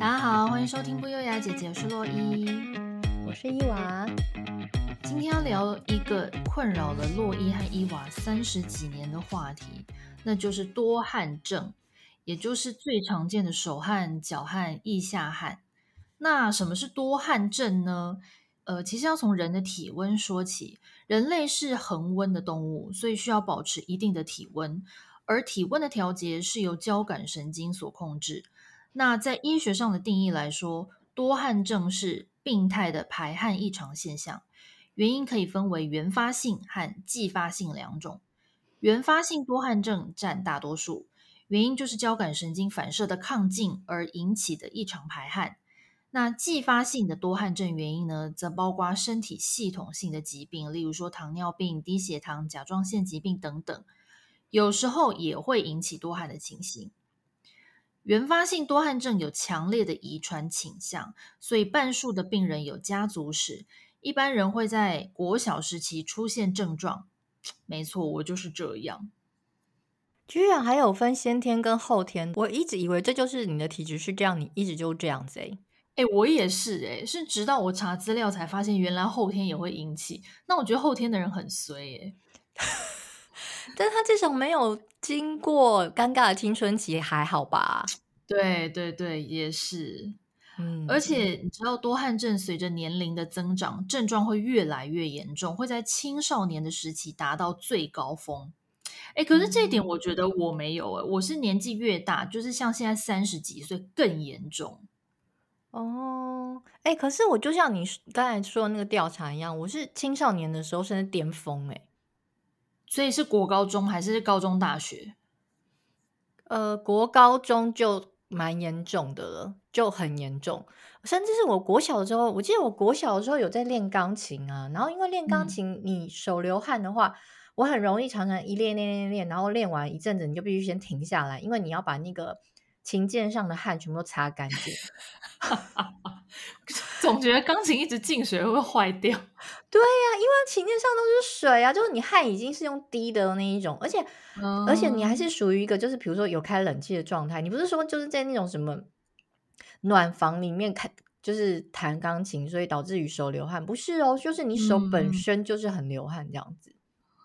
大家好，欢迎收听不优雅姐姐，我是洛伊， 我是伊娃。 今天要聊一个困扰了洛伊和伊娃30几年的话题，那就是多汗症，也就是最常见的手汗、脚汗、腋下汗。那什么是多汗症呢？其实要从人的体温说起。人类是恒温的动物，所以需要保持一定的体温，而体温的调节是由交感神经所控制。那在医学上的定义来说，多汗症是病态的排汗异常现象，原因可以分为原发性和继发性两种。原发性多汗症占大多数，原因就是交感神经反射的亢进而引起的异常排汗。那继发性的多汗症原因呢，则包括身体系统性的疾病，例如说糖尿病、低血糖、甲状腺疾病等等，有时候也会引起多汗的情形。原发性多汗症有强烈的遗传倾向，所以半数的病人有家族史，一般人会在国小时期出现症状。没错，我就是这样。 居然还有分先天跟后天，我一直以为这就是你的体质是这样，你一直就这样子我也是是直到我查资料才发现原来后天也会引起。那我觉得后天的人很衰但是他至少没有经过尴尬的青春期，还好吧？ 对对对，也是。而嗯， 且你知道多汗症随着年龄的增长，症状会越来越严重，会在青少年的时期达到最高峰。可是这一点我觉得我没有我是年纪越大，就是像现在30几岁更严重。 哦，可是我就像你刚才说的那个调查一样，我是青少年的时候甚至巅峰所以是国高中还是高中大学？ 国高中就蛮严重的了，就很严重。甚至是我国小的时候，我记得我国小的时候有在练钢琴啊，然后因为练钢嗯， 琴，你手流汗的话，我很容易常常一练，然后练完一阵子，你就必须先停下来，因为你要把那个琴键上的汗全部都擦干净。 总觉得钢琴一直进水会坏掉。 对呀，因为琴键上都是水啊，就是你汗已经是用滴的那一种，而且你还嗯， 是属于一个就是比如说有开冷气的状态，你不是说就是在那种什么暖房里面就是弹钢琴，所以导致于手流汗，不是哦，就是你手本嗯， 身就是很流汗这样子。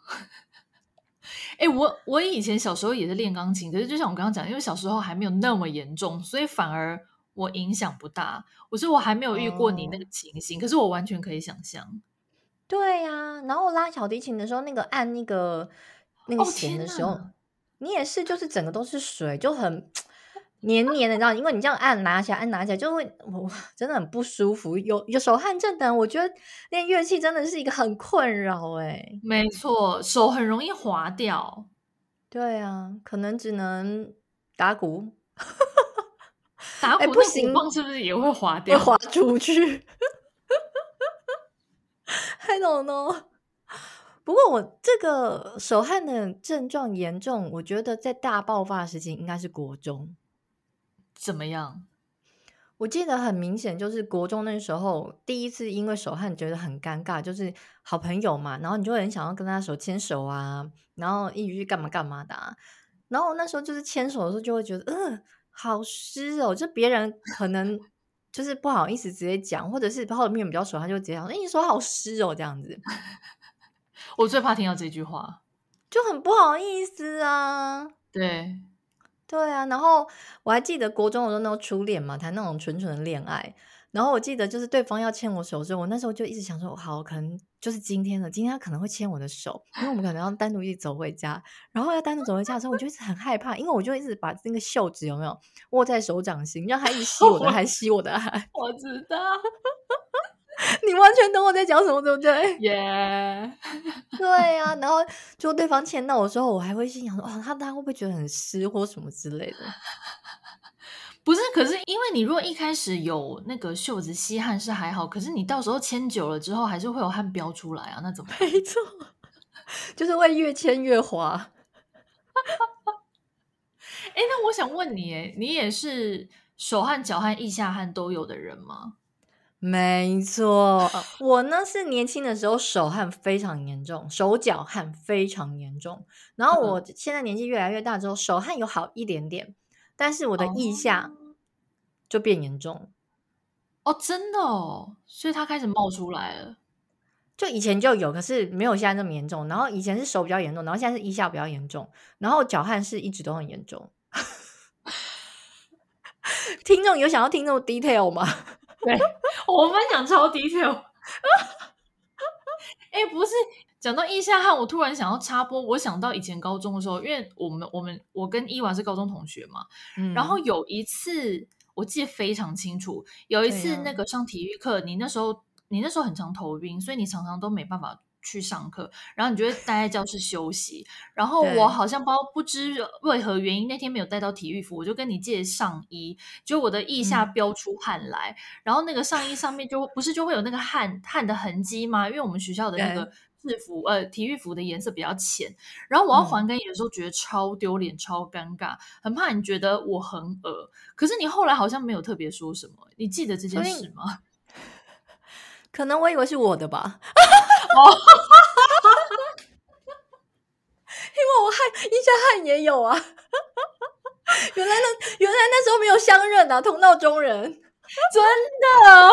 我以前小时候也是练钢琴，可是就像我刚刚讲，因为小时候还没有那么严重，所以反而我影响不大。我还没有遇过你那个哦， 情形，可是我完全可以想象。 对呀，然后我拉小提琴的时候，按那个哦弦的时候， 天哪！ 你也是就是整个都是水，就很黏黏的，你知道，因为你这样按拿起来就会，真的很不舒服。有手汗症的人，我觉得练乐器真的是一个很困扰没错，手很容易滑掉。 对啊，可能只能打鼓， 打鼓那鼓不行， 棒是不是也会滑会滑掉？ 出去。I don't know。不过我这个手汗的症状严重，我觉得在大爆发的时期应该是国中。 怎么样？ 我记得很明显，就是国中那时候第一次因为手汗觉得很尴尬，就是好朋友嘛，然后你就会很想要跟他手牵手啊，然后一起去干嘛干嘛的然后那时候就是牵手的时候就会觉得，好湿哦，就别人可能就是不好意思直接讲，或者是后面比较熟，他就直接讲，你手好湿哦，这样子我最怕听到这句话。 就很不好意思啊。 对， 对啊，然后我还记得国中的时候那种初恋嘛，谈那种纯纯的恋爱。然后我记得就是对方要牵我手的时候，我那时候就一直想说，好，可能就是今天了，今天他可能会牵我的手，因为我们可能要单独一起走回家。然后要单独走回家的时候，我就一直很害怕，因为我就一直把那个袖子有没有握在手掌心，让他一直吸我的汗，吸我的汗。 我知道。 你完全懂我在讲什么，对不对？ 耶、 对啊，然后就对方牵到我之后，我还会心想说，哦，他会不会觉得很湿或什么之类的？ 不是，可是因为你如果一开始有那个袖子吸汗是还好，可是你到时候牵久了之后，还是会有汗飙出来啊，那怎么办？ 没错，就是会越牵越滑。 那我想问你，你也是手汗、脚汗、腋下汗都有的人吗？ 没错，我呢是年轻的时候手汗非常严重，手脚汗非常严重。然后嗯， 我现在年纪越来越大之后，手汗有好一点点，但是我的腋下哦， 就变严重。 哦，真的哦，所以它开始冒出来了。 就以前就有，可是没有现在这么严重。然后以前是手比较严重，然后现在是腋下比较严重，然后脚汗是一直都很严重。听众有想要听这么 detail 吗？ 对，我分享超 detail。哎，不是，讲到腋下汗，我突然想要插播，我想到以前高中的时候，因为我跟伊娃是高中同学嘛，然后有一次我记得非常清楚，有一次那个上体育课，你那时候很常头晕，所以你常常都没办法去上课，然后你就会待在教室休息。然后我好像不知为何原因那天没有带到体育服，我就跟你借上衣，就我的腋下飙出汗来，然后那个上衣上面就会有那个汗的痕迹吗？因为我们学校的那个制服体育服的颜色比较浅，然后我要还给你的时候觉得超丢脸超尴尬，很怕你觉得我很恶，可是你后来好像没有特别说什么，你记得这件事吗？ 可能我以为是我的吧。因为我腋下汗也有啊。原来那时候没有相认啊，同道中人。 真的。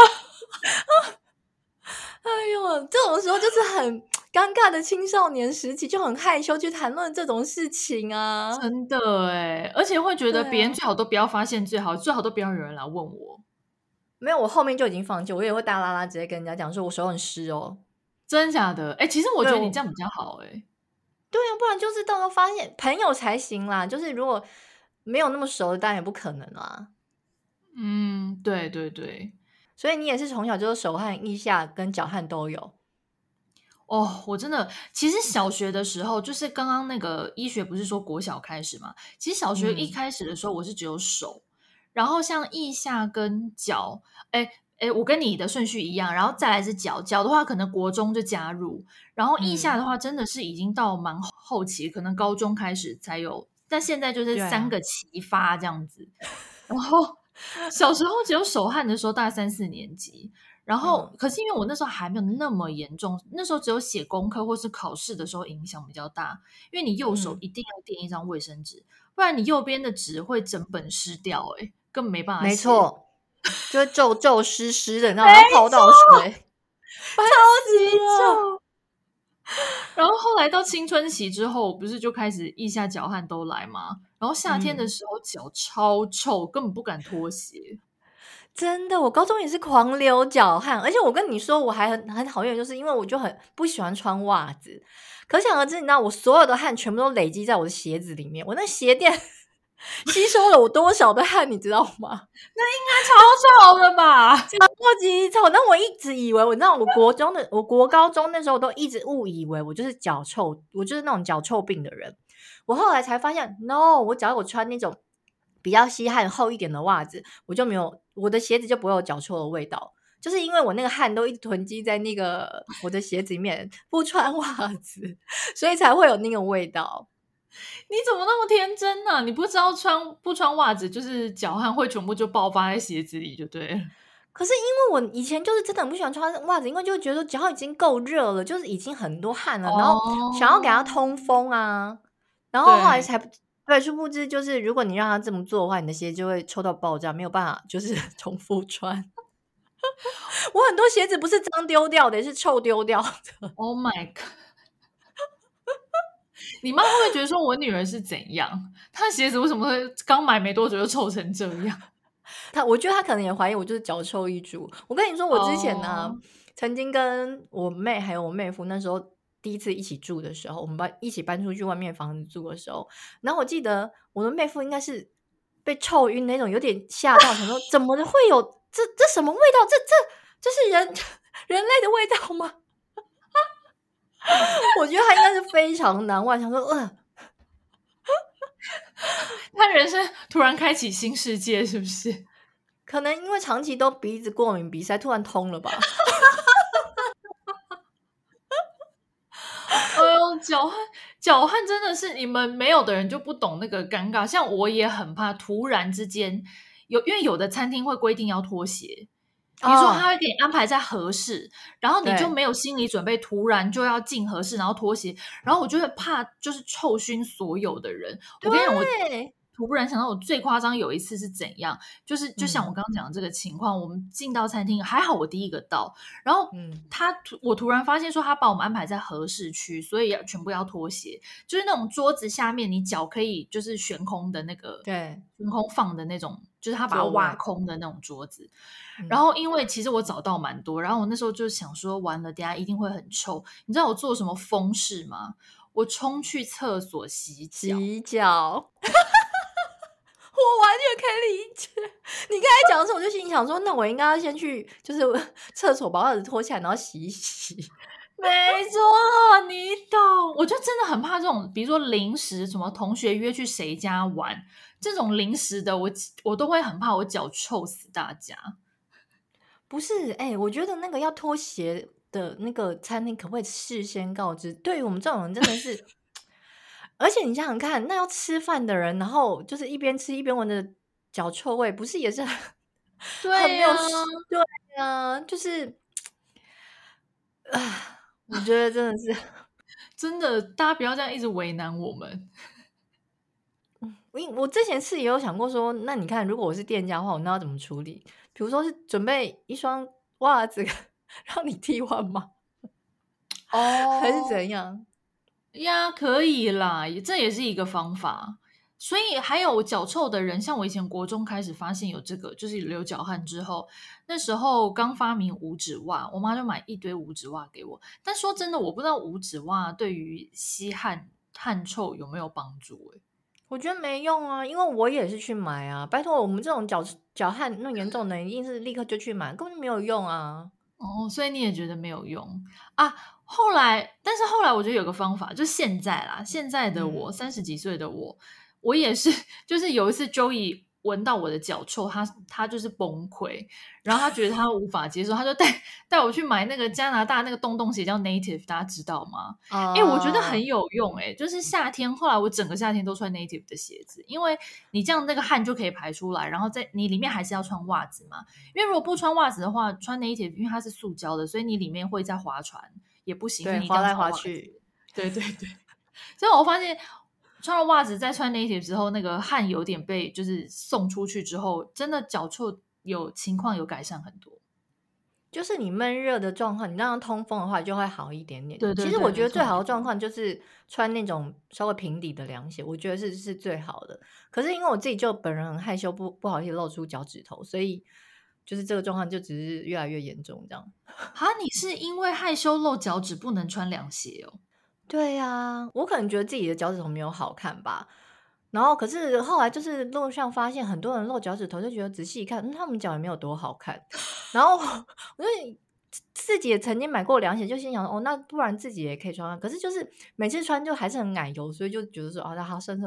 哎呦，这种时候就是很尴尬的青少年时期，就很害羞去谈论这种事情啊。 真的耶，而且会觉得别人最好都不要发现，最好都不要有人来问我。 没有，我后面就已经放弃，我也会大拉拉直接跟人家讲说我手很湿哦。 真的假的？其实我觉得你这样比较好耶。 对啊，不然就是到时候发现朋友才行啦，就是如果没有那么熟的当然也不可能啦。 对对对。 所以你也是从小就是手汗、腋下跟脚汗都有。 我真的，其实小学的时候，就是刚刚那个医学不是说国小开始嘛？其实小学一开始的时候，我是只有手，然后像腋下跟脚，我跟你的顺序一样，然后再来是脚，脚的话可能国中就加入，然后腋下的话真的是已经到蛮后期，可能高中开始才有，但现在就是3个齐发这样子。然后小时候只有手汗的时候，大概3、4年级。然后可是因为我那时候还没有那么严重，那时候只有写功课或是考试的时候影响比较大，因为你右手一定要垫一张卫生纸，不然你右边的纸会整本湿掉，根本没办法写。 没错，就会皱湿湿的，你知道吗？泡到水， 超级皱。然后后来到青春期之后，不是就开始腋下脚汗都来吗？然后夏天的时候脚超臭，根本不敢脱鞋。 真的，我高中也是狂流脚汗，而且我跟你说，我还很讨厌，就是因为我就很不喜欢穿袜子，可想而知，你知道我所有的汗全部都累积在我的鞋子里面，我那鞋垫吸收了我多少的汗，你知道吗？ 那应该超臭的吧？ 超级臭！那我一直以为，你知道，我国高中那时候都一直误以为我就是脚臭，我就是那种脚臭病的人。我后来才发现 ，no， 我只要我穿那种比较吸汗厚一点的袜子，我就没有我的鞋子就不会有脚臭的味道，就是因为我那个汗都一直囤积在那个我的鞋子里面，不穿袜子，所以才会有那个味道。 你怎么那么天真呢？你不知道不穿袜子，就是脚汗会全部就爆发在鞋子里就对了。 可是因为我以前就是真的很不喜欢穿袜子，因为就觉得脚已经够热了，就是已经很多汗了，然后想要给它通风啊，然后后来才对，殊不知就是如果你让它这么做的话，你的鞋就会臭到爆炸，没有办法就是重复穿。我很多鞋子不是脏丢掉的，是臭丢掉的。 Oh my god！ 你妈会不会觉得说我女儿是怎样？她的鞋子为什么会刚买没多久就臭成这样？ 我觉得她可能也怀疑我就是脚臭一族。我跟你说，我之前呢，曾经跟我妹还有我妹夫那时候第一次一起住的时候，我们一起搬出去外面房子住的时候，然后我记得我的妹夫应该是被臭晕那种，有点吓到，想说怎么会有这什么味道？这是人类的味道吗？我觉得他应该是非常难忘，想说他人生突然开启新世界，是不是？ 可能因为长期都鼻子过敏，鼻塞突然通了吧？ 哎呦，脚汗真的是你们没有的人就不懂那个尴尬。像我也很怕突然之间因为有的餐厅会规定要脱鞋。比如说他会给你安排在和室，然后你就没有心理准备，突然就要进和室，然后脱鞋，然后我就会怕就是臭熏所有的人。我跟你讲， 突然想到我最夸张有一次是怎样，就是就像我刚刚讲的这个情况，我们进到餐厅，还好我第一个到，然后我突然发现说他把我们安排在和适区，所以全部要脱鞋，就是那种桌子下面你脚可以就是悬空的那个， 对， 悬空放的那种，就是他把它挖空的那种桌子。然后因为其实我找到蛮多，然后我那时候就想说完了等一下一定会很臭，你知道我做什么疯事吗？我冲去厕所洗脚。 我完全可以理解你刚才讲的时候，我就心里想说，那我应该要先去就是厕所把袜子脱下来，然后洗一洗。 没错，你懂。我就真的很怕这种，比如说临时什么同学约去谁家玩，这种临时的，我都会很怕我脚臭死大家。 不是，我觉得那个要脱鞋的那个餐厅，可不可以事先告知？对于我们这种人，真的是。而且你想想看，那要吃饭的人，然后就是一边吃一边闻着脚臭味，不是也是很对呀， 对呀，就是我觉得真的是真的，大家不要这样一直为难我们。 我之前是也有想过说，那你看，如果我是店家的话，我那要怎么处理？比如说是准备一双袜子让你替换吗？还是怎样？ 呀，可以啦，这也是一个方法。所以还有脚臭的人，像我以前国中开始发现有这个，就是流脚汗之后，那时候刚发明五指袜，我妈就买一堆五指袜给我。但说真的，我不知道五指袜对于吸汗臭有没有帮助我觉得没用啊，因为我也是去买啊。拜托，我们这种脚汗那么严重的，一定是立刻就去买，根本就没有用啊。 所以你也觉得没有用啊？但是后来我觉得有个方法，就现在啦，现在的我30几岁的我也是，就是有一次 Joey 闻到我的脚臭，他就是崩溃，然后他觉得他无法接受，他就带我去买那个加拿大那个洞洞鞋叫 Native， 大家知道吗？我觉得很有用就是夏天，后来我整个夏天都穿 Native 的鞋子，因为你这样那个汗就可以排出来，然后你里面还是要穿袜子嘛，因为如果不穿袜子的话，穿 Native 因为它是塑胶的，所以你里面会在划船也不行， 对， 你滑来滑去， 对，所以我发现穿了袜子再穿 Native 之后，那个汗有点被就是送出去之后，真的脚臭情况有改善很多。 就是你闷热的状况，你让它通风的话就会好一点点。 对， 其实我觉得最好的状况就是穿那种稍微平底的凉鞋，我觉得是最好的。可是因为我自己就本人很害羞，不好意思露出脚趾头，所以就是这个状况就只是越来越严重这样。 你是因为害羞露脚趾不能穿凉鞋哦？ 对啊，我可能觉得自己的脚趾头没有好看吧。然后可是后来就是路上发现很多人露脚趾头，就觉得仔细一看，他们脚也没有多好看。然后我就自己也曾经买过凉鞋，就心想那不然自己也可以穿。可是就是每次穿就还是很奶油，所以就觉得说那好算。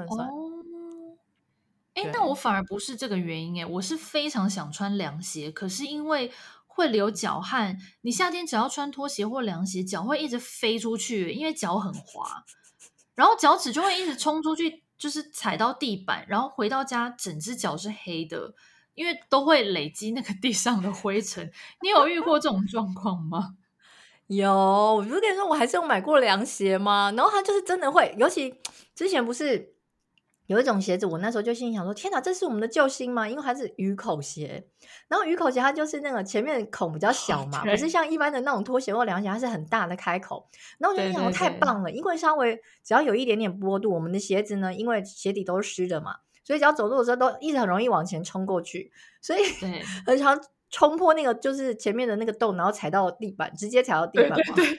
那我反而不是这个原因我是非常想穿凉鞋，可是因为会流脚汗，你夏天只要穿拖鞋或凉鞋，脚会一直飞出去，因为脚很滑，然后脚趾就会一直冲出去，就是踩到地板，然后回到家整只脚是黑的，因为都会累积那个地上的灰尘。你有遇过这种状况吗？ 有，我不是跟你说我还是有买过凉鞋吗？然后它就是真的会，尤其之前不是有一种鞋子，我那时候就心里想说，天哪，这是我们的救星吗？因为它是鱼口鞋，然后鱼口鞋它就是那个前面孔比较小嘛，不是像一般的那种拖鞋或凉鞋，它是很大的开口。然后我就想说太棒了，因为稍微只要有一点点波度，我们的鞋子呢，因为鞋底都是湿的嘛，所以只要走路的时候都一直很容易往前冲过去，所以很常冲破那个就是前面的那个洞，然后踩到地板，直接踩到地板嘛。所以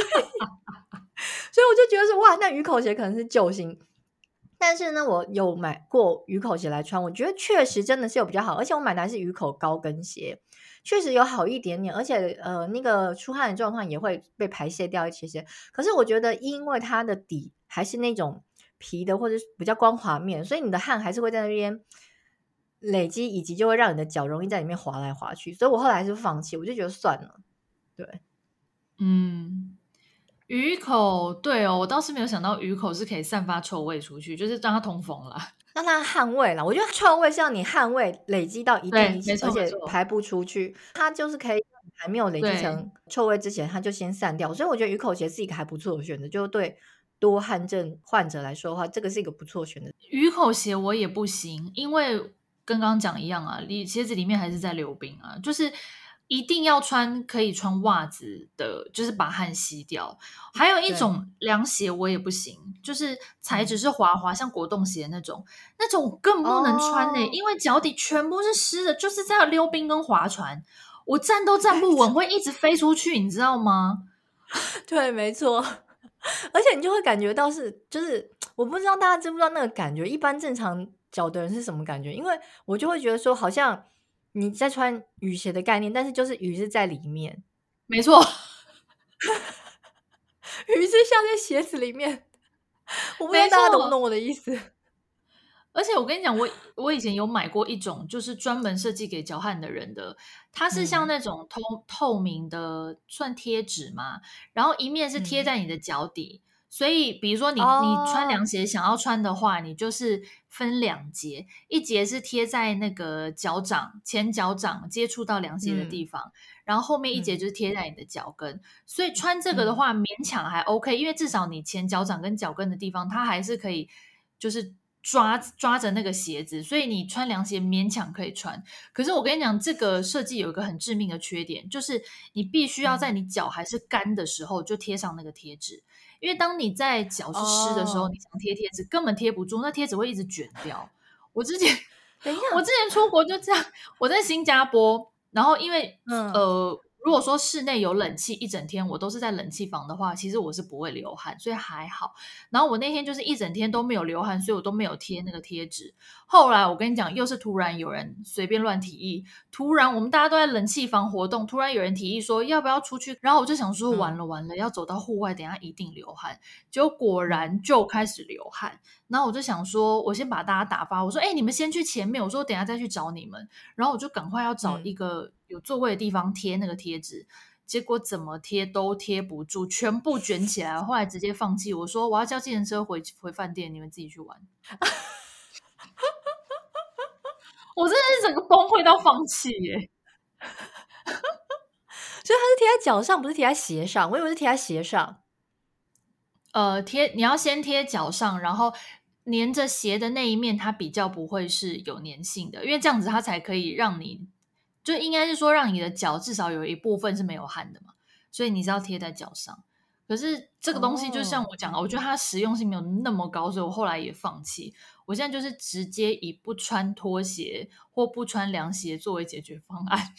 我就觉得说哇，那鱼口鞋可能是救星。但是呢，我有买过鱼口鞋来穿，我觉得确实真的是有比较好，而且我买的还是鱼口高跟鞋，确实有好一点点，而且那个出汗的状况也会被排泄掉一些。可是我觉得，因为它的底还是那种皮的或者比较光滑面，所以你的汗还是会在那边累积，以及就会让你的脚容易在里面滑来滑去。所以我后来还是放弃，我就觉得算了。对， 鱼口，对哦，我倒是没有想到鱼口是可以散发臭味出去，就是让它通风啦， 让它汗味啦。我觉得臭味是要你汗味累积到一定，而且排不出去，它就是可以还没有累积成臭味之前，它就先散掉。所以我觉得鱼口鞋是一个还不错的选择，就对多汗症患者来说的话，这个是一个不错选择。 鱼口鞋我也不行，因为跟刚刚讲一样啊，鞋子里面还是在流冰啊，就是一定要穿可以穿袜子的，就是把汗吸掉。还有一种凉鞋我也不行，就是材质是滑滑，像果冻鞋那种我更不能穿呢、因为脚底全部是湿的，就是在溜冰跟划船，我站都站不稳，会一直飞出去，你知道吗？ 对，没错。而且你就会感觉到就是我不知道大家知不知道那个感觉，一般正常脚的人是什么感觉？因为我就会觉得说，好像你在穿雨鞋的概念，但是就是雨是在里面， 没错， 雨是像在鞋子里面。我不知道大家懂不懂我的意思。 而且我跟你讲，我以前有买过一种，就是专门设计给脚汗的人的，它是像那种透明的，算贴纸嘛，然后一面是贴在你的脚底，所以比如说你穿凉鞋想要穿的话，你就是分2节，一节是贴在那个脚掌前脚掌接触到凉鞋的地方，然后后面一节就是贴在你的脚跟，所以穿这个的话勉强还 OK，因为至少你前脚掌跟脚跟的地方它还是可以就是抓着那个鞋子，所以你穿凉鞋勉强可以穿。可是我跟你讲，这个设计有一个很致命的缺点，就是你必须要在你脚还是干的时候就贴上那个贴纸，因为当你在脚是湿的时候，你想贴贴纸根本贴不住，那贴纸会一直卷掉。我之前出国就这样，我在新加坡，然后因为如果说室内有冷气一整天，我都是在冷气房的话，其实我是不会流汗，所以还好。然后我那天就是一整天都没有流汗，所以我都没有贴那个贴纸。后来我跟你讲，又是突然有人随便乱提议，突然我们大家都在冷气房活动，突然有人提议说要不要出去，然后我就想说完了，要走到户外，等一下一定流汗。结果果然就开始流汗，然后我就想说，我先把大家打发，我说你们先去前面，我说等一下再去找你们，然后我就赶快要找一个有座位的地方贴那个贴纸，结果怎么贴都贴不住，全部卷起来，后来直接放弃，我说我要叫计程车回饭店，你们自己去玩。我真的是整个崩溃到放弃耶。 所以它是贴在脚上，不是贴在鞋上，我以为是贴在鞋上。 你要先贴脚上，然后粘着鞋的那一面，它比较不会是有粘性的，因为这样子它才可以让你，就应该是说让你的脚至少有一部分是没有汗的嘛，所以你是要贴在脚上。可是这个东西就像我讲的，我觉得它实用性没有那么高，所以我后来也放弃。我现在就是直接以不穿拖鞋或不穿凉鞋作为解决方案。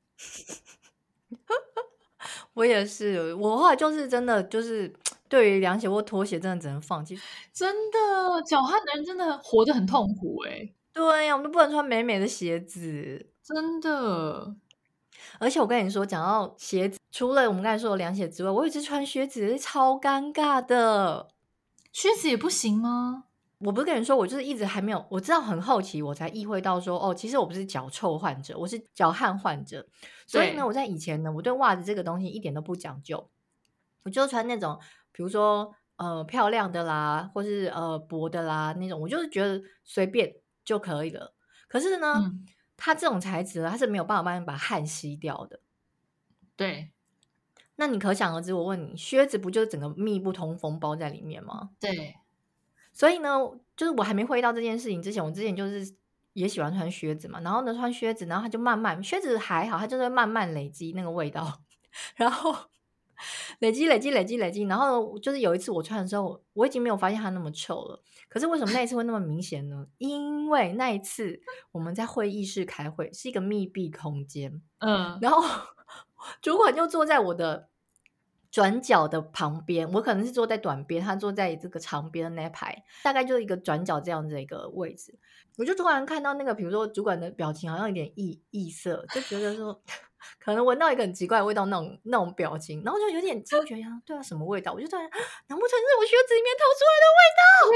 我也是，我后来就是真的就是对于凉鞋或拖鞋真的只能放弃。 真的，脚汗的人真的活得很痛苦欸。 对呀，我们都不能穿美美的鞋子， 真的。 而且我跟你说，讲到鞋子，除了我们刚才说的凉鞋之外，我一直穿靴子是超尴尬的。 靴子也不行吗？ 我不是跟你说，我就是一直还没有，我知道很好奇，我才意会到说，其实我不是脚臭患者，我是脚汗患者。所以呢，我在以前呢，我对袜子这个东西一点都不讲究，我就穿那种，比如说漂亮的啦，或是薄的啦那种，我就是觉得随便就可以了。可是呢，它这种材质它是没有办法帮你把汗吸掉的。 对。 那你可想而知，我问你，靴子不就整个密不通风包在里面吗？ 对。 所以呢，就是我还没会到这件事情之前，我之前就是也喜欢穿靴子嘛，然后呢穿靴子，然后它就慢慢，靴子还好，它就是会慢慢累积那个味道，然后累积，然后就是有一次我穿的时候，我已经没有发现它那么臭了。可是为什么那一次会那么明显呢？因为那一次我们在会议室开会，是一个密闭空间，然后主管就坐在我的转角的旁边，我可能是坐在短边，他坐在这个长边的那排，大概就一个转角这样子的一个位置。我就突然看到那个，比如说主管的表情好像有点异色，就觉得说可能闻到一个很奇怪的味道，那种表情，然后就有点惊觉，对啊，什么味道？我就突然，难不成是我靴子里面透出来的味道？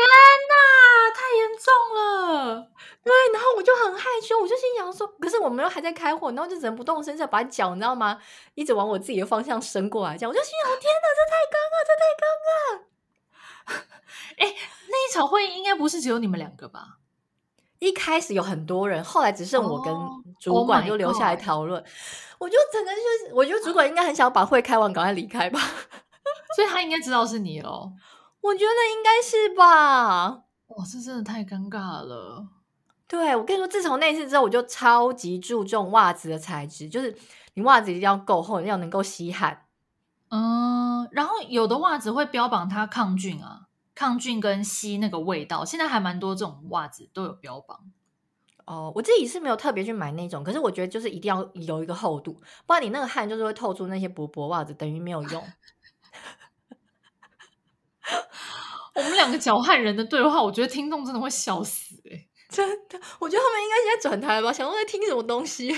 天哪，太严重了！ 对，然后我就很害羞，我就心想说，可是我们又还在开会，然后就只能不动声色把脚，你知道吗？一直往我自己的方向伸过来，这样我就心想，天哪，这太尴尬！ 那一场会议应该不是只有你们2个吧？ 一开始有很多人，后来只剩我跟主管就留下来讨论。我就整个就是，我觉得主管应该很想把会开完赶快离开吧， 所以他应该知道是你咯。 我我觉得应该是吧。 哇，这真的太尴尬了。 对，我跟你说，自从那次之后，我就超级注重袜子的材质，就是你袜子一定要够厚，要能够吸汗。 然后有的袜子会标榜它抗菌啊，抗菌跟吸那个味道，现在还蛮多这种袜子都有标榜。 哦，我自己是没有特别去买那种，可是我觉得就是一定要有一个厚度，不然你那个汗就是会透出那些薄薄袜子，等于没有用。 我们两个脚汗人的对话，我觉得听众真的会笑死真的，我觉得他们应该现在转台吧，想说在听什么东西，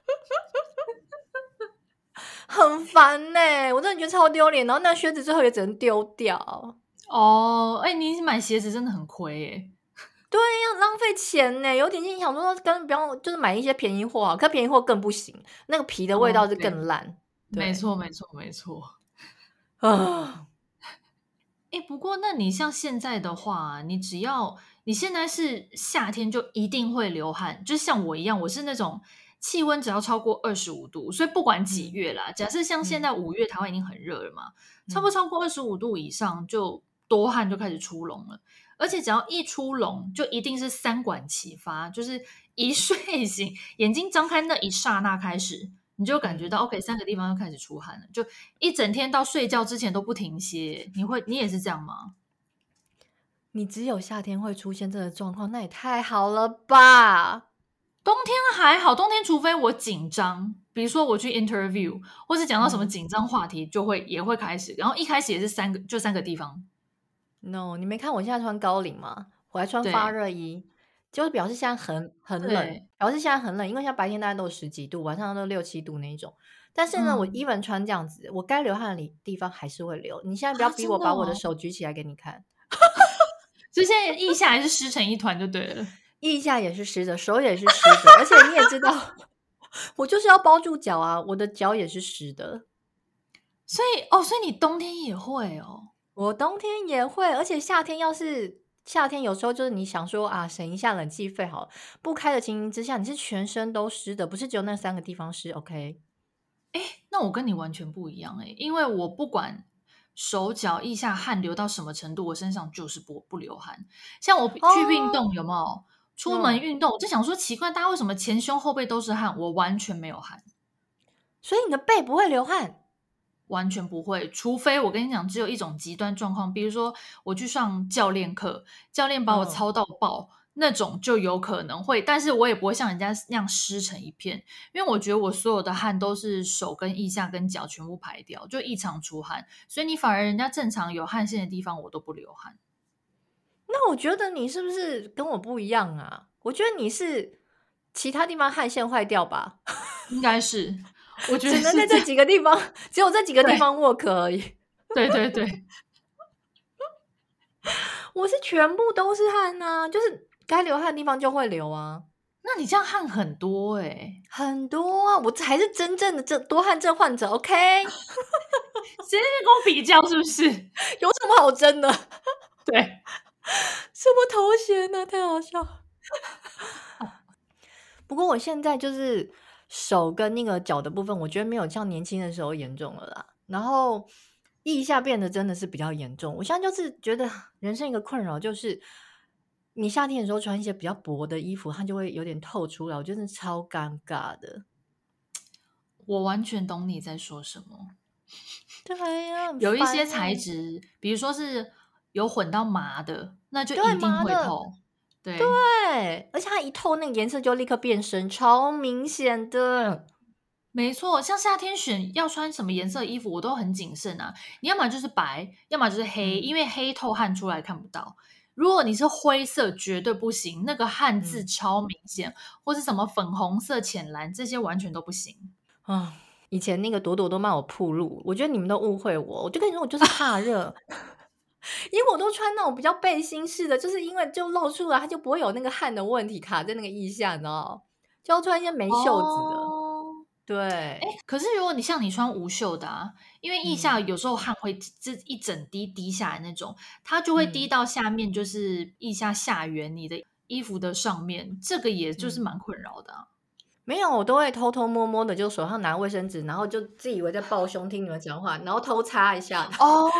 很烦呢、我真的觉得超丢脸。然后那靴子最后也只能丢掉。 哦，你买鞋子真的很亏对，要浪费钱呢，有点心想说，跟不要就是买一些便宜货啊，可便宜货更不行，那个皮的味道是对， 更烂。 没错，没错，没错。 啊， 不过那你像现在的话，你只要你现在是夏天就一定会流汗，就像我一样，我是那种气温只要超过25度，所以不管几月啦，假设像现在5月台湾已经很热了嘛，超过25度以上就多汗就开始出笼了，而且只要一出笼就一定是三管齐发，就是一睡醒眼睛张开那一刹那开始。你就感觉到，OK，3个地方就开始出汗了，就一整天到睡觉之前都不停歇。你也是这样吗？ 你只有夏天会出现这个状况，那也太好了吧？ 冬天还好，冬天除非我紧张，比如说我去 interview，或是讲到什么紧张话题，也会开始。然后一开始也是三个地方。 No，你没看我现在穿高领吗？我还穿发对热衣，就是表示现在很冷， 对， 表示现在很冷，因为现在白天大概都有10几度，晚上都6、7度那一种。但是呢，我嗯 even穿这样子，我该流汗的地方还是会流。你现在不要啊， 逼我把我的真的哦， 手举起来给你看， 所以现在腋下还是湿成一团就对了。 腋下也是湿的，手也是湿的，而且你也知道，我就是要包住脚啊，我的脚也是湿的。 所以你冬天也会哦。 我冬天也会，而且夏天夏天有时候就是你想说啊，省一下冷气费好了，不开的情形之下，你是全身都湿的，不是只有那3个地方湿。OK， 那我跟你完全不一样因为我不管手脚腋下汗流到什么程度，我身上就是不流汗。像我去运哦， 动有没有？出门运动，我就想说奇怪，大家为什么前胸后背都是汗，我完全没有汗， 所以你的背不会流汗完全不会。除非我跟你讲，只有一种极端状况，比如说我去上教练课，教练把我操到爆。那种就有可能会，但是我也不会像人家那样湿成一片，因为我觉得我所有的汗都是手跟腋下跟脚全部排掉，就一场出汗，所以你反而人家正常有汗腺的地方我都不流汗。 那我觉得你是不是跟我不一样啊？我觉得你是其他地方汗腺坏掉吧， 应该是，我觉得只能是这样。 在这几个地方，只有这几个地对方 work 而已。 对对对， 我是全部都是汗啊，就是该流汗的地方就会流啊。 那你这样汗很多很多啊，我才是真正的这多汗症患者，OK？ 谁在那边跟我比较是不是？ 有什么好争的？ 对， 什么头衔呢、太好笑。不过我现在就是手跟那个脚的部分，我觉得没有像年轻的时候严重了啦。然后腋下变得真的是比较严重。我现在就是觉得人生一个困扰，就是你夏天的时候穿一些比较薄的衣服，它就会有点透出来，我觉得超尴尬的。 我完全懂你在说什么。 对呀、很有一些烦材欸质，比如说是有混到麻的，那就对一定麻的， 会透。对， 对，而且它一透，那个颜色就立刻变深，超明显的。 没错，像夏天选要穿什么颜色的衣服，我都很谨慎啊。你要么就是白，要么就是黑，因为黑透汗出来看不到。如果你是灰色，绝对不行，那个汗渍超明显，或是什么粉红色、浅蓝，这些完全都不行。 啊，以前那个朵朵都骂我暴露，我觉得你们都误会我。我就跟你说，我就是怕热，因为我都穿那种比较背心式的，就是因为就露出来，它就不会有那个汗的问题卡在那个腋下，你知道？就要穿一些没袖子的。 哦， 对， 可是如果你像你穿无袖的啊，因为腋下有时候汗会这一整滴滴下来那种，它就会滴到下面，就是腋下下缘你的衣服的上面，这个也就是蛮困扰的啊。 没有，我都会偷偷摸摸的，就手上拿卫生纸，然后就自以为在抱胸听你们讲话，然后偷擦一下。 哦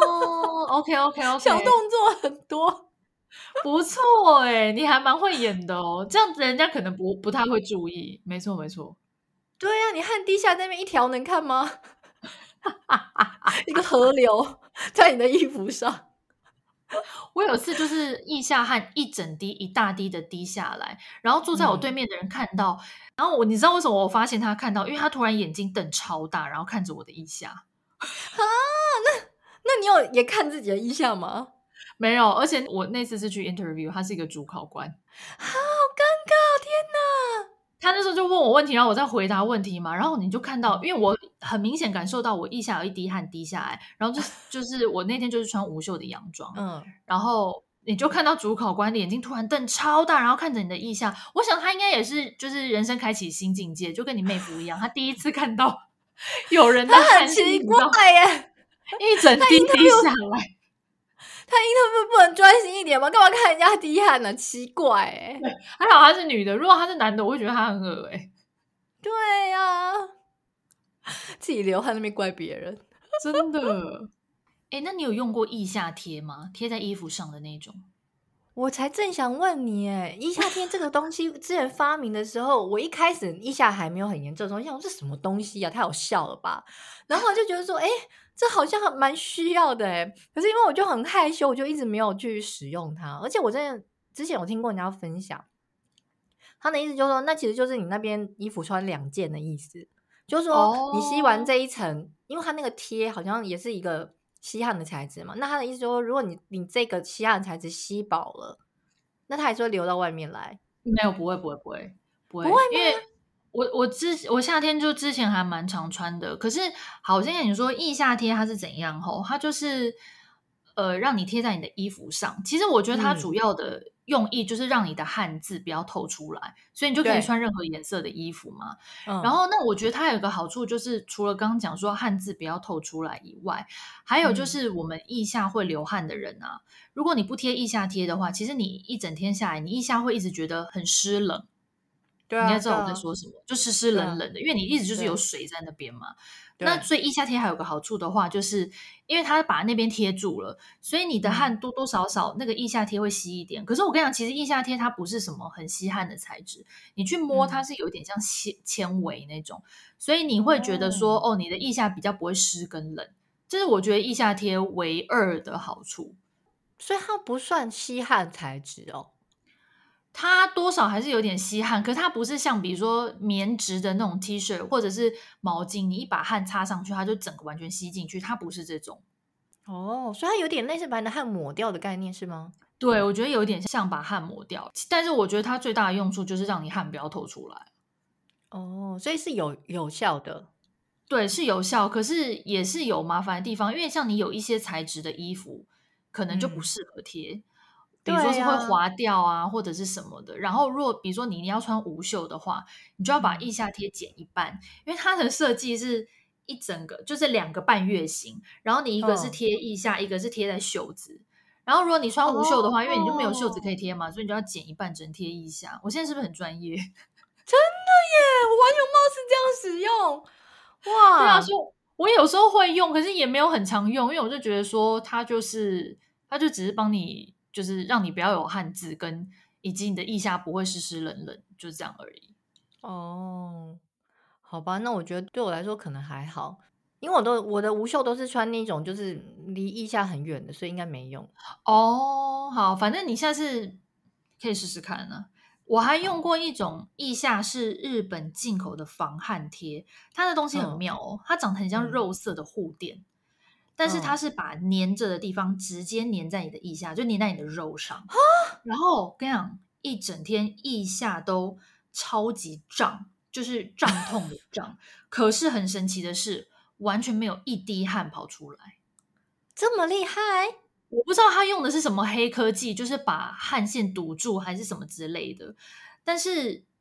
，OK OK 小 OK， 动作很多。 不错哎，你还蛮会演的哦，这样子人家可能不太会注意。没错没错， 对呀、你汗滴下那边一条能看吗？一个河流在你的衣服上。 我有次就是腋下汗一整滴一大滴的滴下来，然后坐在我对面的人看到，然后你知道为什么我发现他看到？因为他突然眼睛瞪超大，然后看着我的腋下。 啊，那你有也看自己的腋下吗？ 没有，而且我那次是去 interview，他是一个主考官， 好尴尬！天哪！ 他那时候就问我问题，然后我在回答问题嘛，然后你就看到，因为我很明显感受到我腋下有一滴汗滴下来，然后就是我那天就是穿无袖的洋装，然后你就看到主考官的眼睛突然瞪超大，然后看着你的腋下，我想他应该也是就是人生开启新境界，就跟你妹夫一样，他第一次看到有人的他很汗奇怪耶， 一整滴滴下来。 他interview不能专心一点吗？干嘛看人家滴汗呢？奇怪哎。 还好他是女的，如果他是男的，我会觉得他很恶对呀、自己流汗那边怪别人。 真的。那你有用过腋下贴吗？贴在衣服上的那种？ 我才正想问你哎，腋下贴这个东西之前发明的时候，我一开始腋下还没有很严重的时候，我想说这什么东西啊，太好笑了吧？然后我就觉得说，这好像蛮需要的哎。可是因为我就很害羞，我就一直没有去使用它。而且我真的之前有听过人家分享，他的意思就是说，那其实就是你那边衣服穿2件的意思，就是说你吸完这一层，因为它那个贴好像也是一个吸汗的材质嘛，那他的意思就是说，如果你这个吸汗材质吸饱了，那它还是会流到外面来。 没有，不会，因为我夏天就之前还蛮常穿的，可是好，我先跟你说腋下贴它是怎样吼，它就是让你贴在你的衣服上。其实我觉得它主要的用意就是让你的汗渍不要透出来，所以你就可以穿任何颜色的衣服嘛。然后那我觉得它有一个好处就是，除了刚刚讲说汗渍不要透出来以外，还有就是我们腋下会流汗的人啊，如果你不贴腋下贴的话，其实你一整天下来，你腋下会一直觉得很湿冷。 对啊， 你应该知道我在说什么，就湿湿冷冷的，因为你一直就是有水在那边嘛。那所以腋下贴还有个好处的话，就是因为它把那边贴住了，所以你的汗多多少少那个腋下贴会吸一点。可是我跟你讲，其实腋下贴它不是什么很吸汗的材质，你去摸它是有点像纤维那种，所以你会觉得说，你的腋下比较不会湿跟冷，这是我觉得腋下贴唯二的好处。 所以它不算吸汗材质哦。 它多少还是有点吸汗，可是它不是像比如说棉质的那种 T 恤或者是毛巾，你一把汗擦上去，它就整个完全吸进去，它不是这种。 哦，所以它有点类似把你的汗抹掉的概念是吗？ 对，我觉得有点像把汗抹掉，但是我觉得它最大的用处就是让你汗不要透出来。 哦，所以是有效的。 对，是有效，可是也是有麻烦的地方，因为像你有一些材质的衣服，可能就不适合贴。比如说是会滑掉啊，或者是什么的。然后如果比如说你要穿无袖的话，你就要把腋下贴剪一半，因为它的设计是一整个就是2个半月形，然后你一个是贴腋下，一个是贴在袖子。然后如果你穿无袖的话，因为你就没有袖子可以贴嘛，所以你就要剪一半，只能贴腋下。我现在是不是很专业？ 真的耶，我完全貌似这样使用。哇， 对啊，所以我有时候会用，可是也没有很常用，因为我就觉得说它就只是帮你。就是让你不要有汗渍，以及你的腋下不会湿湿冷冷，就这样而已。 哦，好吧，那我觉得对我来说可能还好，因为我的无袖都是穿那种就是离腋下很远的，所以应该没用。 哦，好，反正你下次可以试试看呢。我还用过一种腋下是日本进口的防汗贴，它的东西很妙哦，它长得很像肉色的护垫。但是它是把粘着的地方直接粘在你的腋下，就粘在你的肉上。然后跟你讲，一整天腋下都超级胀，就是胀痛的胀。可是很神奇的是，完全没有一滴汗跑出来。 这么厉害？ 我不知道他用的是什么黑科技，就是把汗腺堵住还是什么之类的。但是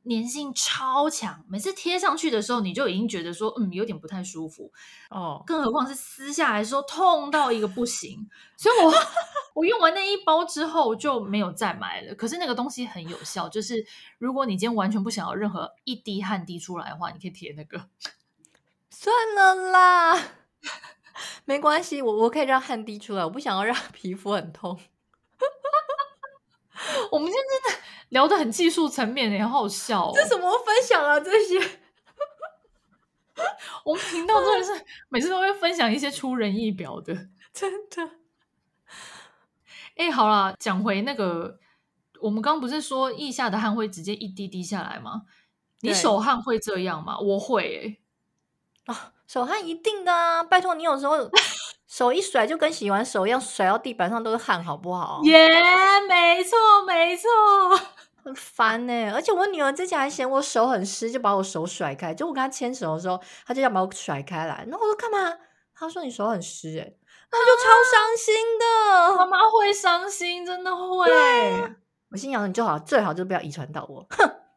粘性超强，每次贴上去的时候你就已经觉得说有点不太舒服哦， 更何况是撕下来的时候痛到一个不行，所以我用完那一包之后就没有再买了。可是那个东西很有效，就是如果你今天完全不想要任何一滴汗滴出来的话，你可以贴那个。 算了啦，没关系，我可以让汗滴出来，我不想要让皮肤很痛。 我们今天真的聊得很技术层面耶，好好笑哦。 这什么分享啊这些？ 我们频道真的是每次都会分享一些出人意表的， 真的。 好啦，讲回那个，我们刚刚不是说腋下的汗会直接一滴滴下来吗？你手汗会这样吗？我会手汗一定的啊！拜托你有时候手一甩就跟洗完手一样，甩到地板上都是汗，好不好？ 没错没错， 很烦欸。而且我女儿之前还嫌我手很湿，就把我手甩开。就我跟她牵手的时候，她就想把我甩开来。然后我说干嘛？她说你手很湿欸。那我就超伤心的。 妈妈会伤心，真的会。 我心想你最好就不要遗传到我。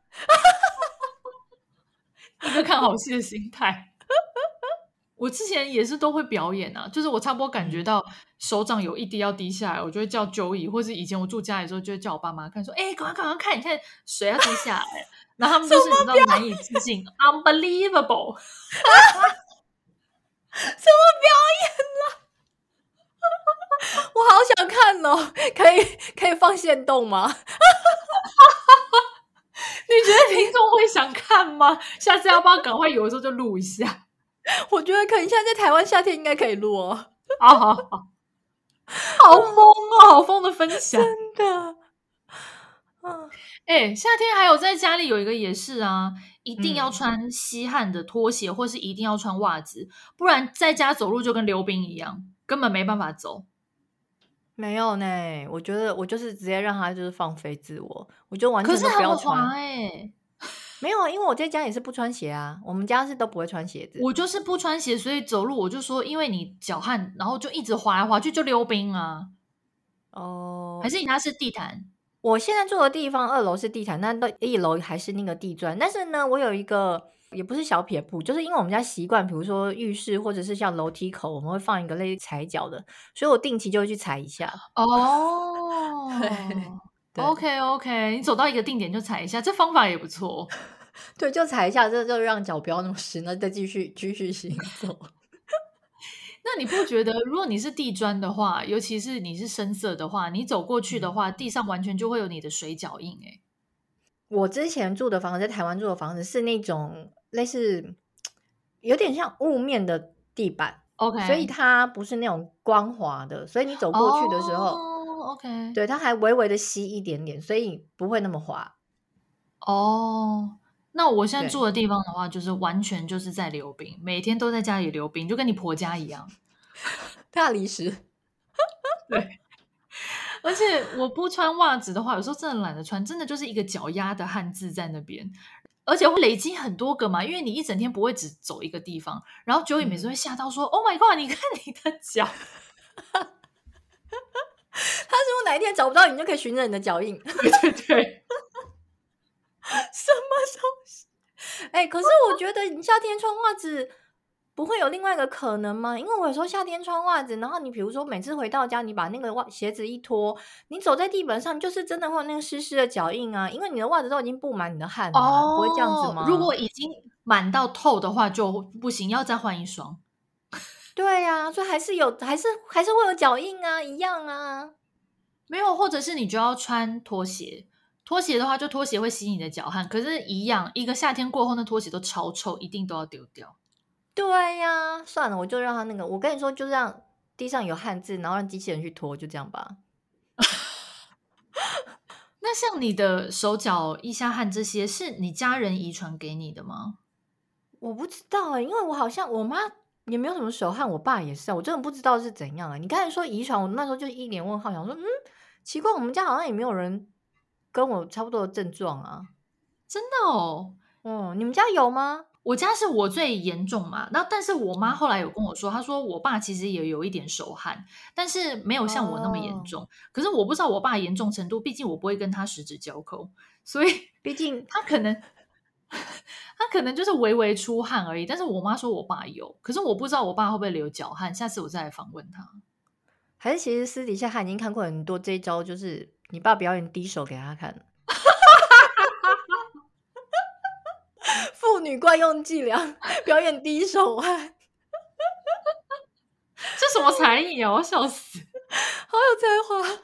一个看好戏的心态。我之前也是都会表演啊，就是我差不多感觉到手掌有一滴要滴下来，我就会叫Joey，或是以前我住家里的时候就会叫我爸妈看，说赶快看，你看水要滴下来，然后他们就是你知道难以置信，unbelievable， 什么表演啦？我好想看哦，可以放限动吗？ 你觉得听众会想看吗？下次要不要赶快有的时候就录一下？ 我觉得可以，现在在台湾夏天应该可以录哦。 好疯哦，好疯的分享， 真的。 夏天还有在家里有一个也是啊，一定要穿吸汗的拖鞋，或是一定要穿袜子，不然在家走路就跟溜冰一样，根本没办法走。 没有呢，我觉得我就是直接让他就是放飞自我，我就完全都不要穿。 可是很滑没有，因为我在家也是不穿鞋啊，我们家是都不会穿鞋子。 我就是不穿鞋，所以走路我就说，因为你脚汗，然后就一直滑来滑去，就溜冰啊。 哦， 还是你家是地毯？ 我现在住的地方2楼是地毯，但1楼还是那个地砖。但是呢，我有一个也不是小撇步，就是因为我们家习惯，比如说浴室或者是像楼梯口，我们会放一个类似踩脚的，所以我定期就会去踩一下。 哦，OK， 你走到一个定点就踩一下，这方法也不错。 对，就踩一下，就让脚不要那么湿，那再继续行走。 那你不觉得，如果你是地砖的话，尤其是你是深色的话，你走过去的话，地上完全就会有你的水脚印我之前住的房子，在台湾住的房子是那种类似有点像雾面的地板 OK， 所以它不是那种光滑的，所以你走过去的时候 OK， 对，它还微微的吸一点点，所以不会那么滑。 那我现在住的地方的话，就是完全就是在溜冰，每天都在家里溜冰，就跟你婆家一样。 大理石。 对，而且我不穿袜子的话，有时候真的懒得穿，真的就是一个脚丫的汗渍在那边，而且会累积很多个嘛，因为你一整天不会只走一个地方，然后Joey每次会吓到说：“Oh my god， 你看你的脚。” 他如果哪一天找不到你，就可以寻着你的脚印。 对。 什么东西？可是我觉得你夏天穿袜子不会有另外一个可能吗？因为我有时候夏天穿袜子，然后你比如说每次回到家，你把那个鞋子一脱，你走在地板上，就是真的会有那个湿湿的脚印啊，因为你的袜子都已经布满你的汗了，不会这样子吗？ 如果已经满到透的话就不行，要再换一双。 对啊，所以还是会有脚印啊，一样啊。 没有，或者是你就要穿拖鞋。拖鞋的话，就拖鞋会吸你的脚汗，可是一样，一个夏天过后，那拖鞋都超臭，一定都要丢掉。 对呀，算了，我就让他那个，我跟你说，就让地上有汗渍，然后让机器人去拖，就这样吧。 那像你的手脚、腋下汗这些，是你家人遗传给你的吗？ 我不知道因为我好像我妈也没有什么手汗，我爸也是啊，我真的不知道是怎样啊。你刚才说遗传，我那时候就一脸问号，想说奇怪，我们家好像也没有人跟我差不多的症状啊。 真的哦？ 你们家有吗？ 我家是我最严重嘛，但是我妈后来有跟我说，她说我爸其实也有一点手汗，但是没有像我那么严重。可是我不知道我爸严重程度，毕竟我不会跟他十指交扣，所以毕竟他可能他可能就是微微出汗而已。但是我妈说我爸有，可是我不知道我爸会不会流脚汗，下次我再来访问他。 还是其实私底下他已经看过很多这一招，就是你爸表演低手给他看。妇女惯用伎俩，表演低手汗。 这什么才艺啊！我要笑死。 好有才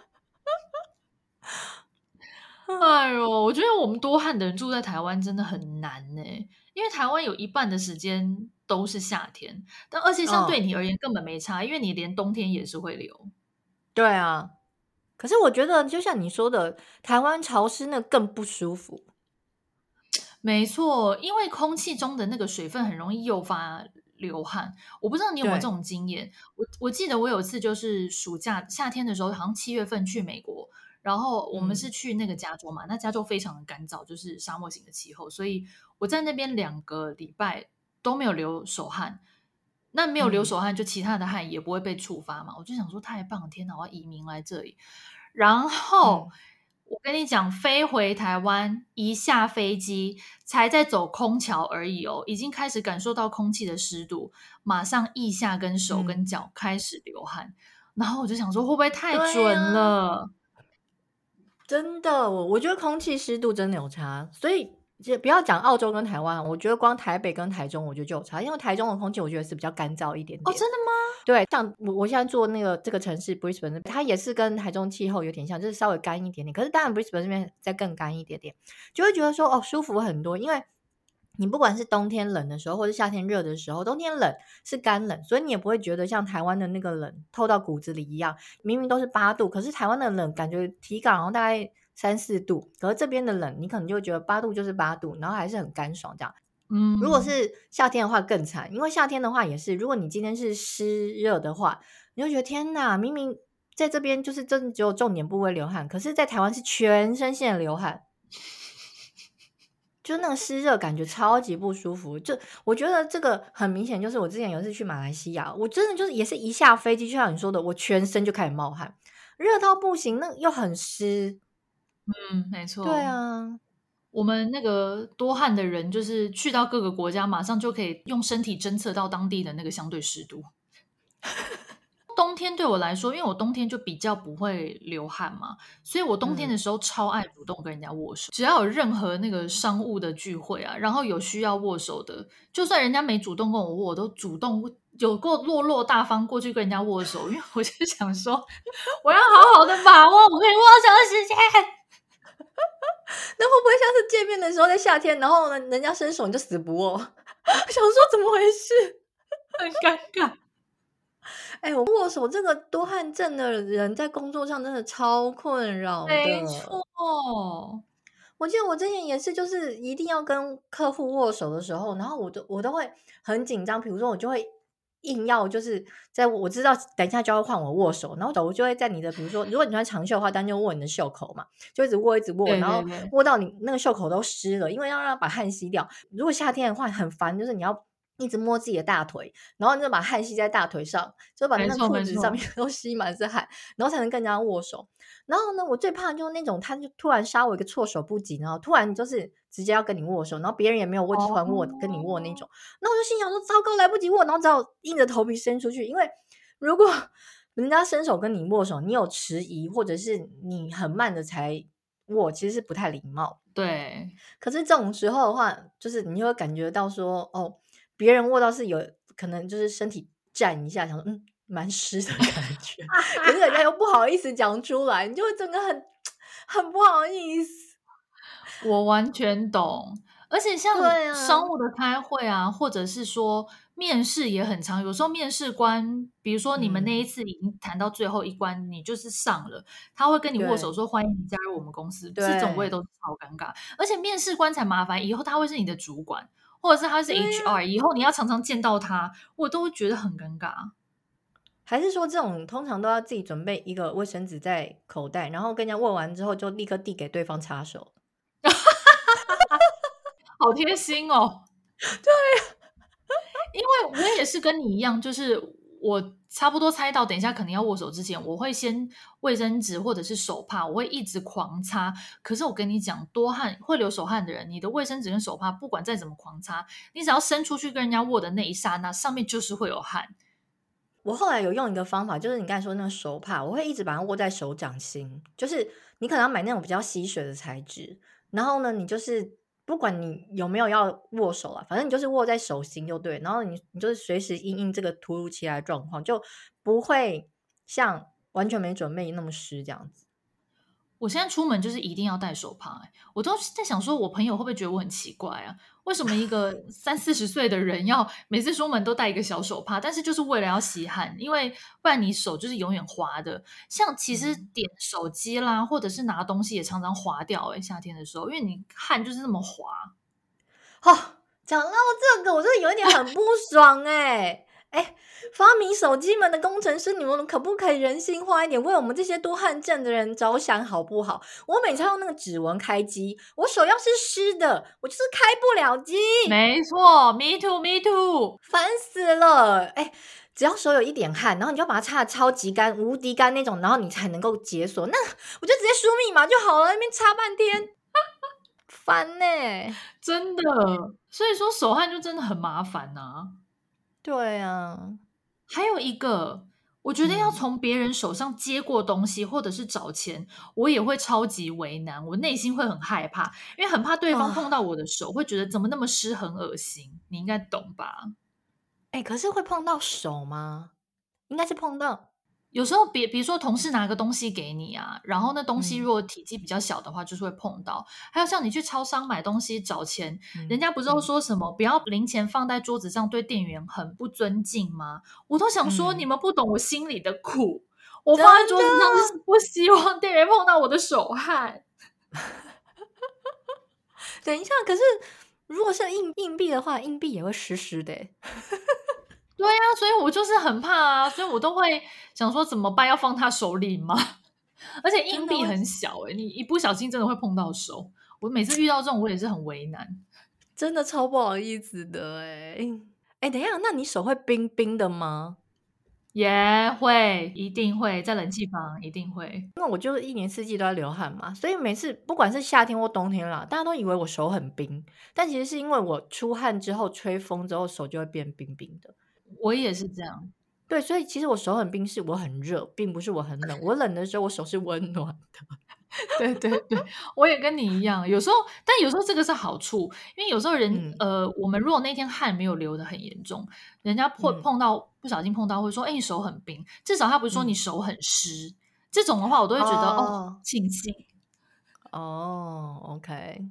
华。 哎呦，我觉得我们多汗的人住在台湾真的很难呢，因为台湾有一半的时间都是夏天，但而且相对你而言根本没差，因为你连冬天也是会流。 对啊，可是我觉得就像你说的，台湾潮湿那更不舒服。 没错，因为空气中的那个水分很容易诱发流汗。我不知道你有没有这种经验。我记得我有一次就是暑假夏天的时候，好像7月份去美国，然后我们是去那个加州嘛，那加州非常的干燥，就是沙漠型的气候，所以我在那边2个礼拜都没有流手汗。那没有流手汗，就其他的汗也不会被触发嘛。我就想说太棒了，天哪，我要移民来这里。然后我跟你讲，飞回台湾，一下飞机才在走空桥而已哦，已经开始感受到空气的湿度，马上腋下跟手跟脚开始流汗。然后我就想说，会不会太准了？ 真的，我觉得空气湿度真的有差，所以不要讲澳洲跟台湾，我觉得光台北跟台中，我觉得就有差，因为台中的空气我觉得是比较干燥一点点。 哦，真的吗？ 对，像我现在做这个城市 Brisbane， 它也是跟台中气候有点像，就是稍微干一点点。可是当然 Brisbane 这边再更干一点点，就会觉得说舒服很多，因为你不管是冬天冷的时候，或是夏天热的时候，冬天冷是干冷，所以你也不会觉得像台湾的那个冷透到骨子里一样，明明都是8度，可是台湾的冷感觉体感好像大概3、4度，可是这边的冷你可能就会觉得8度就是8度，然后还是很干爽这样。如果是夏天的话更惨，因为夏天的话也是，如果你今天是湿热的话，你就觉得天哪，明明在这边就是真的只有重点部位流汗，可是在台湾是全身性的流汗，就那个湿热感觉超级不舒服。就我觉得这个很明显，就是我之前有一次去马来西亚，我真的就是也是一下飞机，就像你说的，我全身就开始冒汗，热到不行，那又很湿。 没错。 对啊， 我们那个多汗的人，就是去到各个国家，马上就可以用身体侦测到当地的那个相对湿度。冬天对我来说，因为我冬天就比较不会流汗嘛，所以我冬天的时候超爱主动跟人家握手。只要有任何那个商务的聚会啊，然后有需要握手的，就算人家没主动跟我握，我都主动有够落落大方过去跟人家握手，因为我就想说，我要好好的把握我可以握手的时间。 那会不会像是见面的时候在夏天，然后呢人家伸手你就死不握？我想说怎么回事， 很尴尬。 我握手这个多汗症的人在工作上真的超困扰的。 没错， 我记得我之前也是，就是一定要跟客户握手的时候，然后我都会很紧张。比如说我就会硬要就是在我知道等一下就要换我握手，然后我就会在你的比如说如果你穿长袖的话，当然就握你的袖口嘛，就一直握一直握，然后握到你那个袖口都湿了，因为要让它把汗吸掉。如果夏天的话很烦，就是你要一直摸自己的大腿，然后你就把汗吸在大腿上，就把那个裤子上面都吸满是汗，然后才能跟人家握手。然后呢，我最怕就是那种他就突然杀我一个措手不及，然后突然就是直接要跟你握手，然后别人也没有突然跟你握那种。那我就心想说糟糕，来不及握，然后只好硬着头皮伸出去。因为如果人家伸手跟你握手，你有迟疑或者是你很慢的才握，其实是不太礼貌。 对， 可是这种时候的话，就是你会感觉到说别人握到是有可能就是身体站一下，想说蛮湿的感觉，可是人家又不好意思讲出来，你就会整个很不好意思。 我完全懂。而且像商务的开会啊，或者是说面试也很长，有时候面试官比如说你们那一次已经谈到最后一关，你就是上了，他会跟你握手说欢迎你加入我们公司，这种我也都是超尴尬。而且面试官才麻烦，以后他会是你的主管，或者是他是 HR，以后你要常常见到他，我都会觉得很尴尬。 还是说这种通常都要自己准备一个卫生纸在口袋，然后跟人家握完之后就立刻递给对方擦手？ 好贴心哦。对，因为我也是跟你一样，就是我差不多猜到等一下可能要握手之前，我会先卫生纸或者是手帕，我会一直狂擦。可是我跟你讲，多汗会流手汗的人，你的卫生纸跟手帕不管再怎么狂擦，你只要伸出去跟人家握的那一刹那，上面就是会有汗。 我后来有用一个方法，就是你刚才说那个手帕，我会一直把它握在手掌心，就是你可能要买那种比较吸水的材质，然后呢，你就是不管你有没有要握手啊，反正你就是握在手心就对，然后你就是随时因应这个突如其来的状况，就不会像完全没准备那么湿这样子。 我现在出门就是一定要带手帕、我都在想说，我朋友会不会觉得我很奇怪啊？为什么一个30-40岁的人要每次出门都带一个小手帕？但是就是为了要吸汗，因为不然你手就是永远滑的。像其实点手机啦，或者是拿东西也常常滑掉、夏天的时候，因为你汗就是那么滑。 讲到这个，我真的有一点很不爽发明手机们的工程师，你们可不可以人性化一点，为我们这些多汗症的人着想好不好？我每次用那个指纹开机，我手要是湿的，我就是开不了机。 没错 ，me too，me too， 烦死了！只要手有一点汗，然后你就把它擦得超级干、无敌干那种，然后你才能够解锁。那我就直接输密码就好了，那边擦半天，烦真的。所以说手汗就真的很麻烦啊。 对啊。 还有一个，我觉得要从别人手上接过东西，或者是找钱，我也会超级为难，我内心会很害怕，因为很怕对方碰到我的手，会觉得怎么那么湿，很恶心。你应该懂吧？ 可是会碰到手吗？应该是碰到。 有时候比如说同事拿个东西给你啊，然后那东西如果体积比较小的话，就是会碰到。还有像你去超商买东西找钱，人家不是都说什么不要零钱放在桌子上，对店员很不尊敬吗？我都想说，你们不懂我心里的苦。我放在桌子上就是不希望店员碰到我的手汗。 等一下，可是如果是硬币的话，硬币也会湿湿的对啊，所以我就是很怕啊，所以我都会想说怎么办？要放他手里吗？而且硬币很小你一不小心真的会碰到手。我每次遇到这种，我也是很为难， 真的超不好意思的等一下，那你手会冰冰的吗？ 也会，一定会在冷气房，一定会。 因为我就是一年四季都在流汗嘛，所以每次不管是夏天或冬天啦，大家都以为我手很冰，但其实是因为我出汗之后吹风之后手就会变冰冰的。 我也是这样。 对，所以其实我手很冰是我很热，并不是我很冷。我冷的时候我手是温暖的。 对对对，我也跟你一样。但有时候这个是好处，因为有时候我们如果那天汗没有流得很严重，人家会不小心碰到会说，你手很冰，至少他不是说你手很湿。这种的话，我都会觉得庆幸。 OK。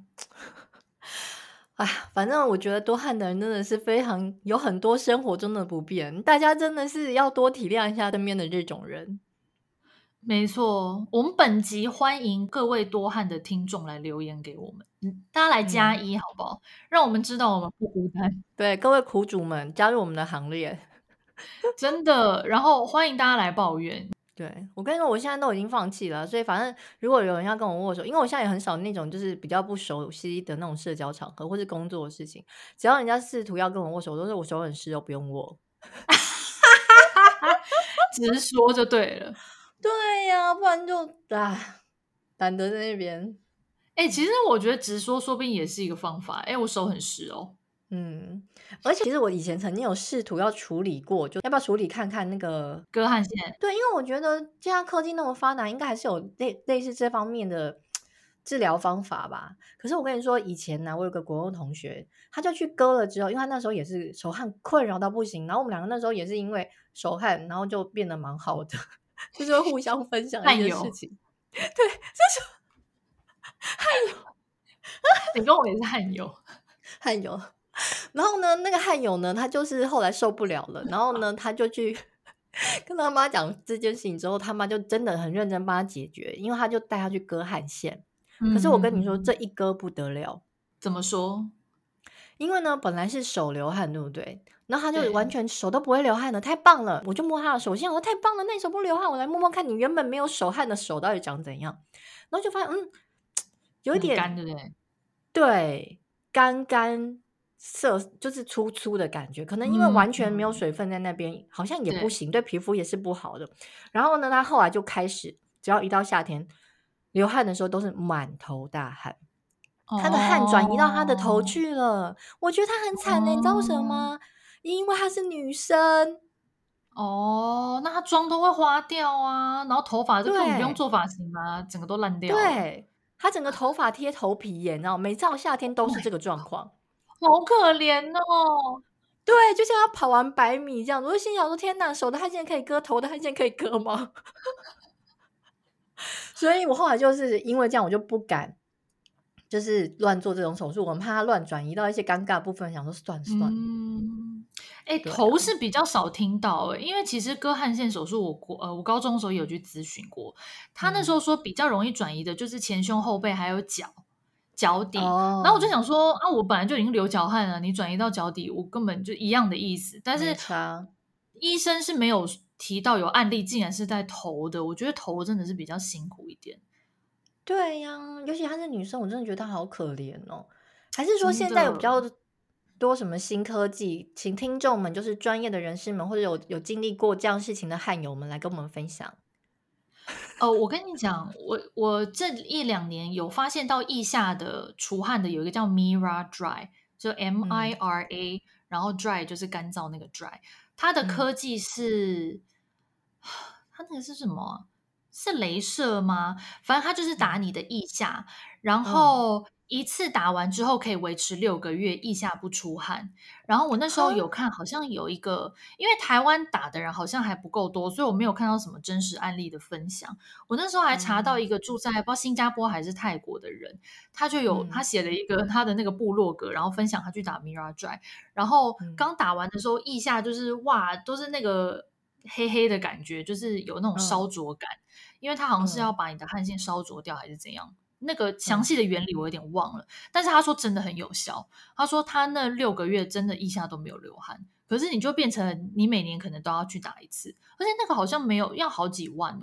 反正我觉得多汗的人真的是非常有很多生活中的不便，大家真的是要多体谅一下身边的这种人。 没错，我们本集欢迎各位多汗的听众来留言给我们，大家来加1好不好？让我们知道我们不孤单。 对，各位苦主们加入我们的行列， 真的。然后欢迎大家来抱怨。 对，我跟你说，我现在都已经放弃了，所以反正如果有人要跟我握手，因为我现在也很少那种就是比较不熟悉的那种社交场合或是工作的事情，只要人家试图要跟我握手，我都是我手很湿哦，不用握。 直说就对了。 对呀，不然就懒得在那边。 其实我觉得直说说不定也是一个方法。我手很湿哦。 而且其实我以前曾经有试图要处理过，就要不要处理看看那个割汗腺。 对，因为我觉得现在科技那么发达，应该还是有类似这方面的治疗方法吧。可是我跟你说，以前呢，我有个国中同学，他就去割了之后，因为他那时候也是手汗困扰到不行，然后我们两个那时候也是因为手汗，然后就变得蛮好的，就是会互相分享一些事情。对，就是汗友。 你跟我也是汗友。 汗友。然后呢，那个汗友呢，他就是后来受不了了，然后呢，他就去跟他妈讲这件事情之后，他妈就真的很认真帮他解决，因为他就带他去割汗腺。可是我跟你说，这一割不得了。 怎么说？ 因为呢，本来是手流汗，对不对？然后他就完全手都不会流汗了，太棒了！我就摸他的手心，我说太棒了，那你手不流汗，我来摸摸看你原本没有手汗的手到底长怎样。然后就发现，有一点干，对不对？ 对，干干色就是粗粗的感觉，可能因为完全没有水分在那边，好像也不行，对皮肤也是不好的。然后呢，他后来就开始，只要一到夏天流汗的时候，都是满头大汗。他的汗转移到他的头去了，我觉得他很惨你知道为什么吗？因为她是女生。 那她妆都会花掉啊，然后头发就根本不用做发型啊，整个都烂掉了。 对，她整个头发贴头皮耶，你知道，每次到夏天都是这个状况， 好可怜哦。 对，就像他跑完100米这样，我就心想说：天哪，手的汗腺可以割，头的汗腺可以割吗？所以我后来就是因为这样，我就不敢就是乱做这种手术，我很怕它乱转移到一些尴尬部分，想说算了。 头是比较少听到因为其实割汗腺手术我高中的时候有去咨询过，他那时候说比较容易转移的就是前胸后背还有脚底，然后我就想说我本来就已经流脚汗了，你转移到脚底，我根本就一样的意思，但是医生是没有提到有案例竟然是在头的，我觉得头真的是比较辛苦一点。 对呀，尤其她是女生，我真的觉得她好可怜哦。还是说现在有比较多什么新科技，请听众们就是专业的人士们，或者有经历过这样事情的汗友们来跟我们分享。 我跟你讲，我这1-2年有发现到腋下的除汗的有一个叫 Mira Dry， 就 MIRA，然后 Dry 就是干燥那个 Dry， 它的科技是它那个是什么啊？是雷射吗？反正它就是打你的腋下，然后一次打完之后可以维持6个月，腋下不出汗。然后我那时候有看，好像有一个，因为台湾打的人好像还不够多，所以我没有看到什么真实案例的分享。我那时候还查到一个住在不知道新加坡还是泰国的人，他就有他写了一个他的那个部落格，然后分享他去打 Mira Dry， 然后刚打完的时候腋下就是哇，都是那个黑黑的感觉，就是有那种烧灼感。因为他好像是要把你的汗腺烧灼掉还是怎样，那个详细的原理我有点忘了，但是他说真的很有效，他说他那6个月真的腋下都没有流汗，可是你就变成你每年可能都要去打一次，而且那个好像没有要好几万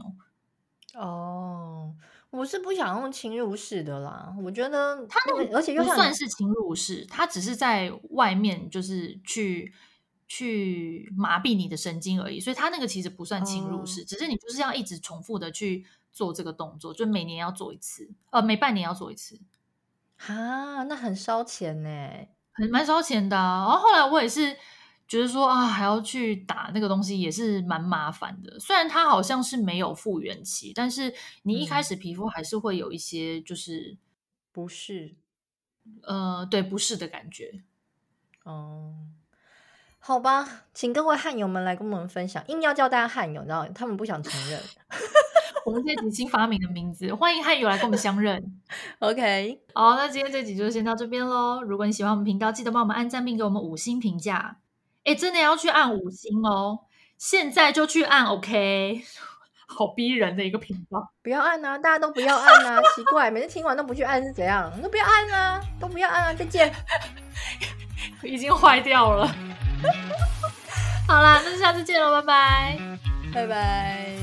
我是不想用侵入式的啦，我觉得他那个而且又不算是侵入式，他只是在外面就是去麻痹你的神经而已，所以他那个其实不算侵入式，只是你就是要一直重复的去做这个动作，就每年要做一次，每半年要做一次。 那很烧钱呢， 蛮烧钱的然后后来我也是觉得说还要去打那个东西也是蛮麻烦的，虽然它好像是没有复原期，但是你一开始皮肤还是会有一些就是不适， 对，不适的感觉。 好吧，请各位汗友们来跟我们分享，硬要叫大家汗友，你知道他们不想承认。 我们这集新发明的名字，欢迎汗友来跟我们相认。 OK， 好，那今天这集就先到这边咯。如果你喜欢我们频道，记得帮我们按赞并给我们5星评价。真的要去按5星哦，现在就去按 OK。好逼人的一个频道， 不要按啊，大家都不要按啊，奇怪，每次听完都不去按是怎样？都不要按啊，都不要按啊，再见。 已经坏掉了。好啦，那下次见了，拜拜， 拜拜。